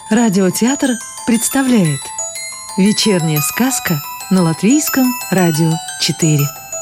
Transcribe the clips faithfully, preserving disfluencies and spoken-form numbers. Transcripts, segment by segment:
Радиотеатр представляет «Вечерняя сказка» на Латвийском радио четыре.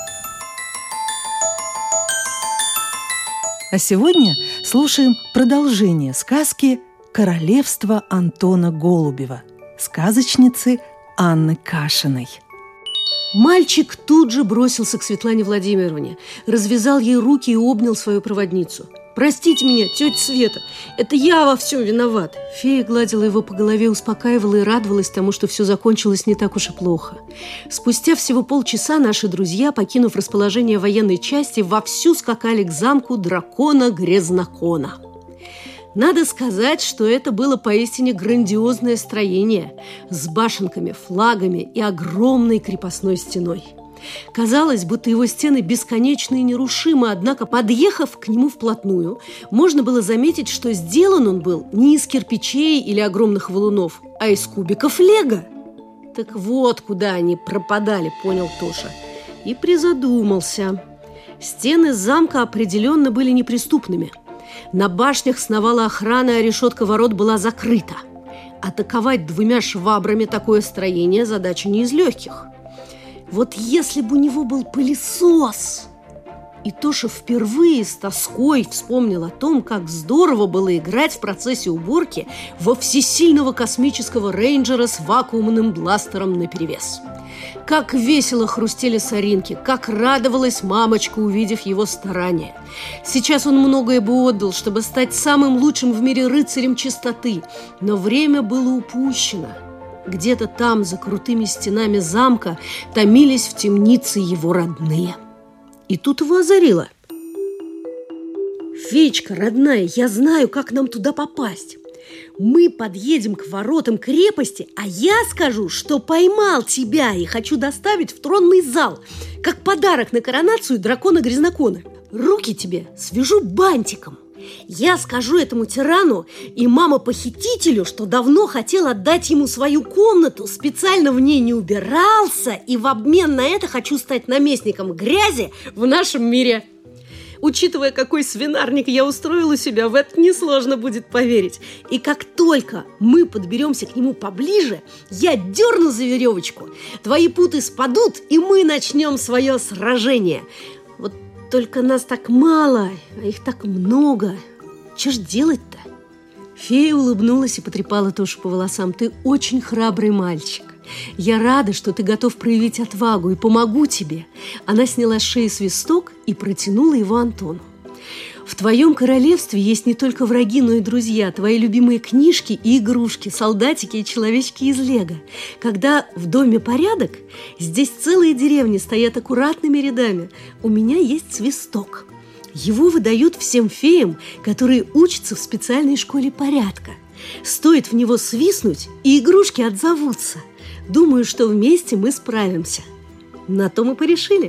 А сегодня слушаем продолжение сказки «Королевство Антона Голубева» сказочницы Анны Кашиной. Мальчик тут же бросился к Светлане Владимировне, развязал ей руки и обнял свою проводницу. «Простите меня, тетя Света, это я во всем виноват!» Фея гладила его по голове, успокаивала и радовалась тому, что все закончилось не так уж и плохо. Спустя всего полчаса наши друзья, покинув расположение военной части, вовсю скакали к замку дракона Грязнокона. Надо сказать, что это было поистине грандиозное строение с башенками, флагами и огромной крепостной стеной. Казалось, будто его стены бесконечны и нерушимы, однако, подъехав к нему вплотную, можно было заметить, что сделан он был не из кирпичей или огромных валунов, а из кубиков лего. Так вот, куда они пропадали, понял Тоша, и призадумался. Стены замка определенно были неприступными. На башнях сновала охрана, а решетка ворот была закрыта. Атаковать двумя швабрами такое строение – задача не из легких. Вот если бы у него был пылесос! И Тоша впервые с тоской вспомнил о том, как здорово было играть в процессе уборки во всесильного космического рейнджера с вакуумным бластером наперевес. Как весело хрустели соринки, как радовалась мамочка, увидев его старания. Сейчас он многое бы отдал, чтобы стать самым лучшим в мире рыцарем чистоты, но время было упущено. Где-то там, за крутыми стенами замка, томились в темнице его родные. И тут его озарило. «Феечка, родная, я знаю, как нам туда попасть. Мы подъедем к воротам крепости, а я скажу, что поймал тебя и хочу доставить в тронный зал, как подарок на коронацию дракона Грязнокона. Руки тебе свяжу бантиком. Я скажу этому тирану и мама-похитителю, что давно хотел отдать ему свою комнату, специально в ней не убирался, и в обмен на это хочу стать наместником грязи в нашем мире. Учитывая, какой свинарник я устроил у себя, в это несложно будет поверить. И как только мы подберемся к нему поближе, я дерну за веревочку, твои путы спадут, и мы начнем свое сражение. Вот только нас так мало, а их так много. Че ж делать-то?» Фея улыбнулась и потрепала Тошу по волосам. «Ты очень храбрый мальчик. Я рада, что ты готов проявить отвагу, и помогу тебе». Она сняла с шеи свисток и протянула его Антону. «В твоем королевстве есть не только враги, но и друзья, твои любимые книжки и игрушки, солдатики и человечки из лего. Когда в доме порядок, здесь целые деревни стоят аккуратными рядами. У меня есть свисток. Его выдают всем феям, которые учатся в специальной школе порядка. Стоит в него свистнуть, и игрушки отзовутся. Думаю, что вместе мы справимся». На то мы порешили.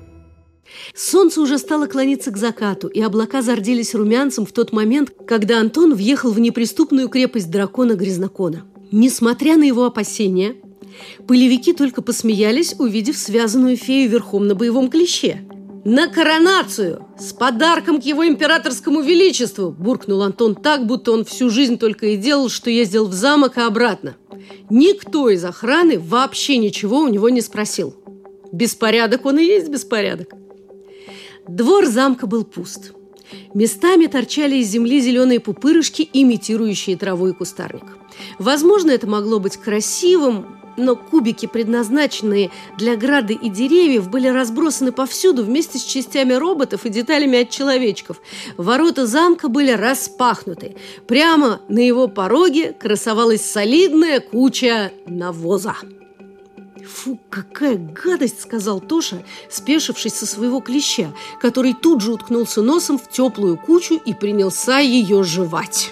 Солнце уже стало клониться к закату, и облака зарделись румянцем в тот момент, когда Антон въехал в неприступную крепость дракона Грязнокона. Несмотря на его опасения, пылевики только посмеялись, увидев связанную фею верхом на боевом клище. «На коронацию! С подарком к его императорскому величеству!» буркнул Антон так, будто он всю жизнь только и делал, что ездил в замок и обратно. Никто из охраны вообще ничего у него не спросил. Беспорядок он и есть беспорядок. Двор замка был пуст. Местами торчали из земли зеленые пупырышки, имитирующие траву и кустарник. Возможно, это могло быть красивым, но кубики, предназначенные для ограды и деревьев, были разбросаны повсюду вместе с частями роботов и деталями от человечков. Ворота замка были распахнуты. Прямо на его пороге красовалась солидная куча навоза. «Фу, какая гадость!» – сказал Тоша, спешившись со своего клеща, который тут же уткнулся носом в теплую кучу и принялся ее жевать.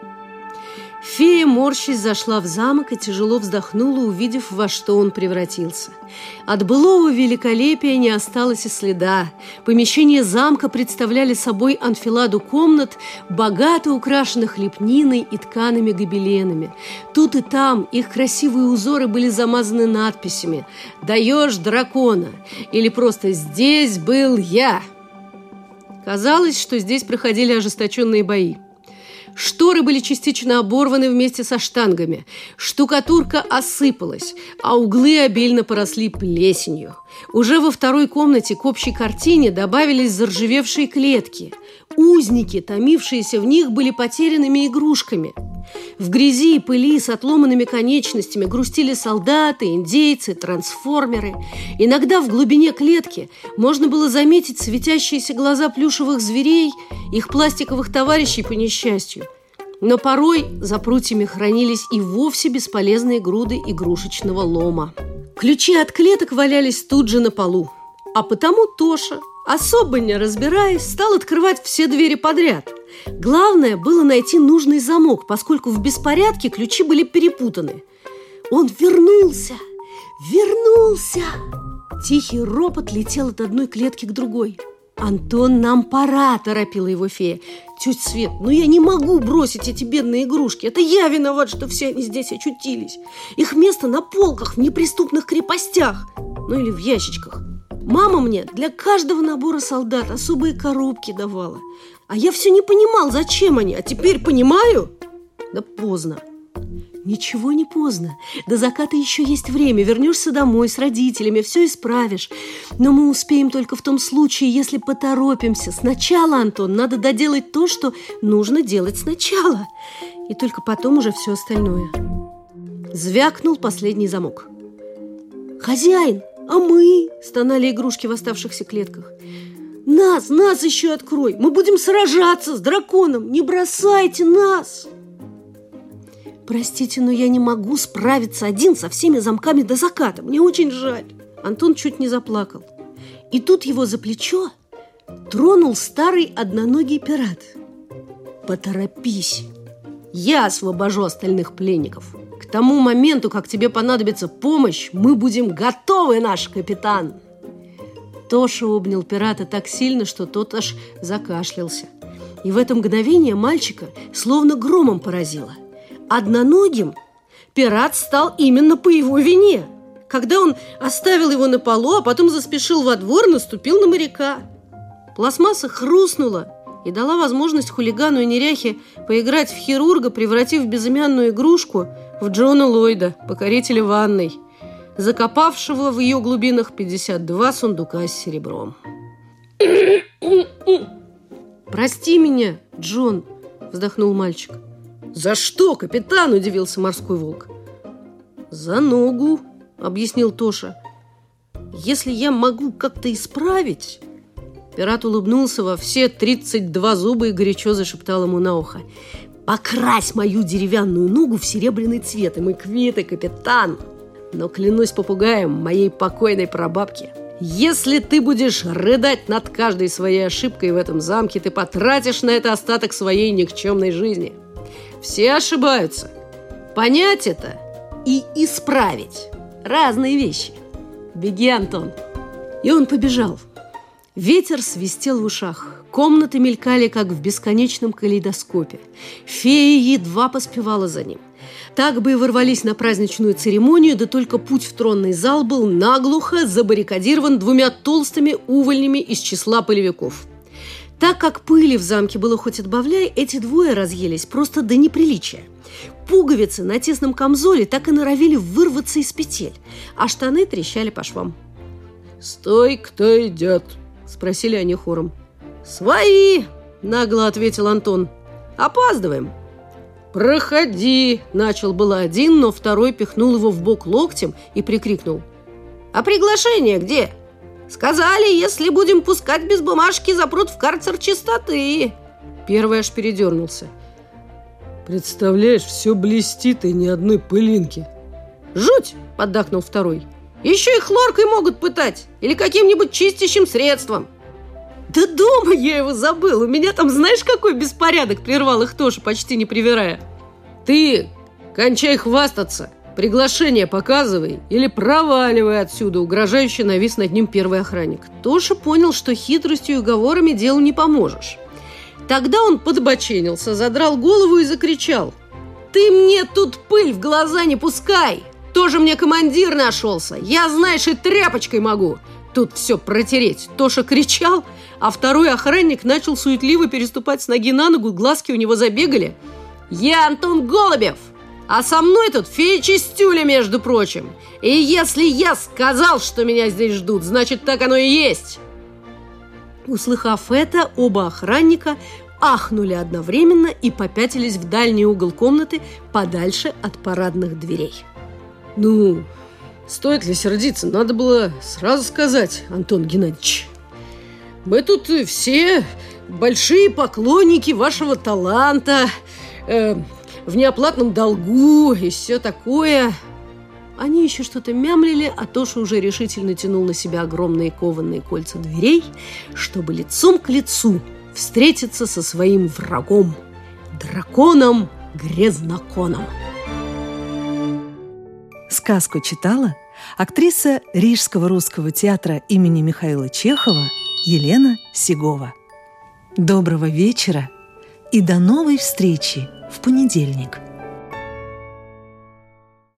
Фея, морщась, зашла в замок и тяжело вздохнула, увидев, во что он превратился. От былого великолепия не осталось и следа. Помещения замка представляли собой анфиладу комнат, богато украшенных лепниной и ткаными гобеленами. Тут и там их красивые узоры были замазаны надписями «Даешь дракона» или просто «Здесь был я». Казалось, что здесь проходили ожесточенные бои. Шторы были частично оборваны вместе со штангами. Штукатурка осыпалась, а углы обильно поросли плесенью. Уже во второй комнате к общей картине добавились заржавевшие клетки. Узники, томившиеся в них, были потерянными игрушками. В грязи и пыли с отломанными конечностями грустили солдаты, индейцы, трансформеры. Иногда в глубине клетки можно было заметить светящиеся глаза плюшевых зверей, их пластиковых товарищей по несчастью. Но порой за прутьями хранились и вовсе бесполезные груды игрушечного лома. Ключи от клеток валялись тут же на полу. А потому Тоша, особо не разбираясь, стал открывать все двери подряд. Главное было найти нужный замок, поскольку в беспорядке ключи были перепутаны. Он вернулся! Вернулся! Тихий ропот летел от одной клетки к другой. «Антон, нам пора!» – торопила его фея. «Тетя Свет, ну я не могу бросить эти бедные игрушки. Это я виноват, что все они здесь очутились. Их место на полках в неприступных крепостях. Ну или в ящичках. Мама мне для каждого набора солдат особые коробки давала. А я все не понимал, зачем они. А теперь понимаю?» Да поздно. Ничего не поздно. До заката еще есть время. Вернешься домой с родителями, все исправишь. Но мы успеем только в том случае, если поторопимся. Сначала, Антон, надо доделать то, что нужно делать сначала. И только потом уже все остальное. Звякнул последний замок. «Хозяин, а мы?» – стонали игрушки в оставшихся клетках. «Нас, нас еще открой! Мы будем сражаться с драконом! Не бросайте нас!» «Простите, но я не могу справиться один со всеми замками до заката. Мне очень жаль». Антон чуть не заплакал. И тут его за плечо тронул старый одноногий пират. «Поторопись. Я освобожу остальных пленников. К тому моменту, как тебе понадобится помощь, мы будем готовы, наш капитан». Тоша обнял пирата так сильно, что тот аж закашлялся. И в это мгновение мальчика словно громом поразило. Одноногим пират стал именно по его вине, когда он оставил его на полу, а потом заспешил во двор и наступил на моряка. Пластмасса хрустнула и дала возможность хулигану и неряхе поиграть в хирурга, превратив безымянную игрушку в Джона Ллойда, покорителя ванной, закопавшего в ее глубинах пятьдесят два сундука с серебром. «Прости меня, Джон», – вздохнул мальчик. «За что, капитан?» – удивился морской волк. «За ногу», – объяснил Тоша. «Если я могу как-то исправить...» Пират улыбнулся во все тридцать два зуба и горячо зашептал ему на ухо. «Покрась мою деревянную ногу в серебряный цвет, и мы квиты, капитан! Но клянусь попугаем моей покойной прабабки, если ты будешь рыдать над каждой своей ошибкой в этом замке, ты потратишь на это остаток своей никчемной жизни. Все ошибаются. Понять это и исправить – разные вещи. Беги, Антон!» И он побежал. Ветер свистел в ушах. Комнаты мелькали, как в бесконечном калейдоскопе. Фея едва поспевала за ним. Так бы и ворвались на праздничную церемонию, да только путь в тронный зал был наглухо забаррикадирован двумя толстыми увольнями из числа полевиков. Так как пыли в замке было хоть отбавляй, эти двое разъелись просто до неприличия. Пуговицы на тесном камзоле так и норовили вырваться из петель, а штаны трещали по швам. «Стой, кто идет?» – спросили они хором. «Свои!» – нагло ответил Антон. «Опаздываем!» «Проходи!» – начал было один, но второй пихнул его в бок локтем и прикрикнул. «А приглашение где? Сказали, если будем пускать без бумажки, запрут в карцер чистоты!» Первый аж передернулся. «Представляешь, все блестит и ни одной пылинки!» «Жуть!» – поддакнул второй. «Еще и хлоркой могут пытать! Или каким-нибудь чистящим средством!» «Да дома я его забыл! У меня там знаешь, какой беспорядок!» – прервал их Тоша, почти не привирая. «Ты кончай хвастаться! Приглашение показывай или проваливай отсюда!» – угрожающе навис над ним первый охранник. Тоша понял, что хитростью и уговорами делу не поможешь. Тогда он подбоченился, задрал голову и закричал. «Ты мне тут пыль в глаза не пускай! Тоже мне командир нашелся! Я, знаешь, и тряпочкой могу тут все протереть!» Тоша кричал, а второй охранник начал суетливо переступать с ноги на ногу, глазки у него забегали. Я Антон Голубев, а со мной тут фея Чистюля, между прочим. И если я сказал, что меня здесь ждут, значит, так оно и есть. Услыхав это, оба охранника ахнули одновременно и попятились в дальний угол комнаты, подальше от парадных дверей. Ну, стоит ли сердиться? Надо было сразу сказать, Антон Геннадьевич. Мы тут все большие поклонники вашего таланта, э, в неоплатном долгу и все такое. Они еще что-то мямлили, а Тоша уже решительно тянул на себя огромные кованые кольца дверей, чтобы лицом к лицу встретиться со своим врагом, драконом Грязноконом. Сказку читала актриса Рижского русского театра имени Михаила Чехова Елена Сигова. Доброго вечера и до новой встречи в понедельник.